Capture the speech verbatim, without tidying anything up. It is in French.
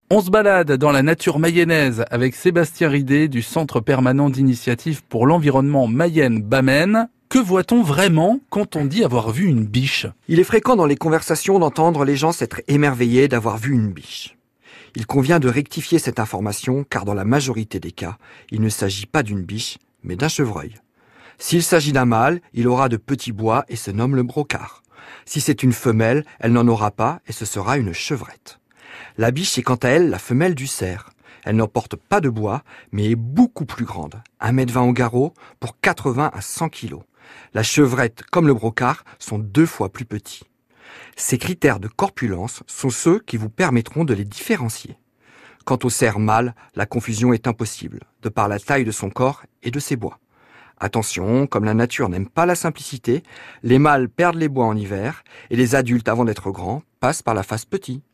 On se balade dans la nature mayonnaise avec Sébastien Ridé du Centre permanent d'initiative pour l'environnement Mayenne-Bamène. Que voit-on vraiment quand on dit avoir vu une biche ? Il est fréquent dans les conversations d'entendre les gens s'être émerveillés d'avoir vu une biche. Il convient de rectifier cette information car dans la majorité des cas, il ne s'agit pas d'une biche, mais d'un chevreuil. S'il s'agit d'un mâle, il aura de petits bois et se nomme le brocard. Si c'est une femelle, elle n'en aura pas et ce sera une chevrette. La biche est quant à elle la femelle du cerf. Elle n'en porte pas de bois, mais est beaucoup plus grande, un mètre vingt au garrot pour quatre-vingts à cent kilos. La chevrette, comme le brocard, sont deux fois plus petits. Ces critères de corpulence sont ceux qui vous permettront de les différencier. Quant au cerf mâle, la confusion est impossible, de par la taille de son corps et de ses bois. Attention, comme la nature n'aime pas la simplicité, les mâles perdent les bois en hiver et les adultes, avant d'être grands, passent par la phase petit.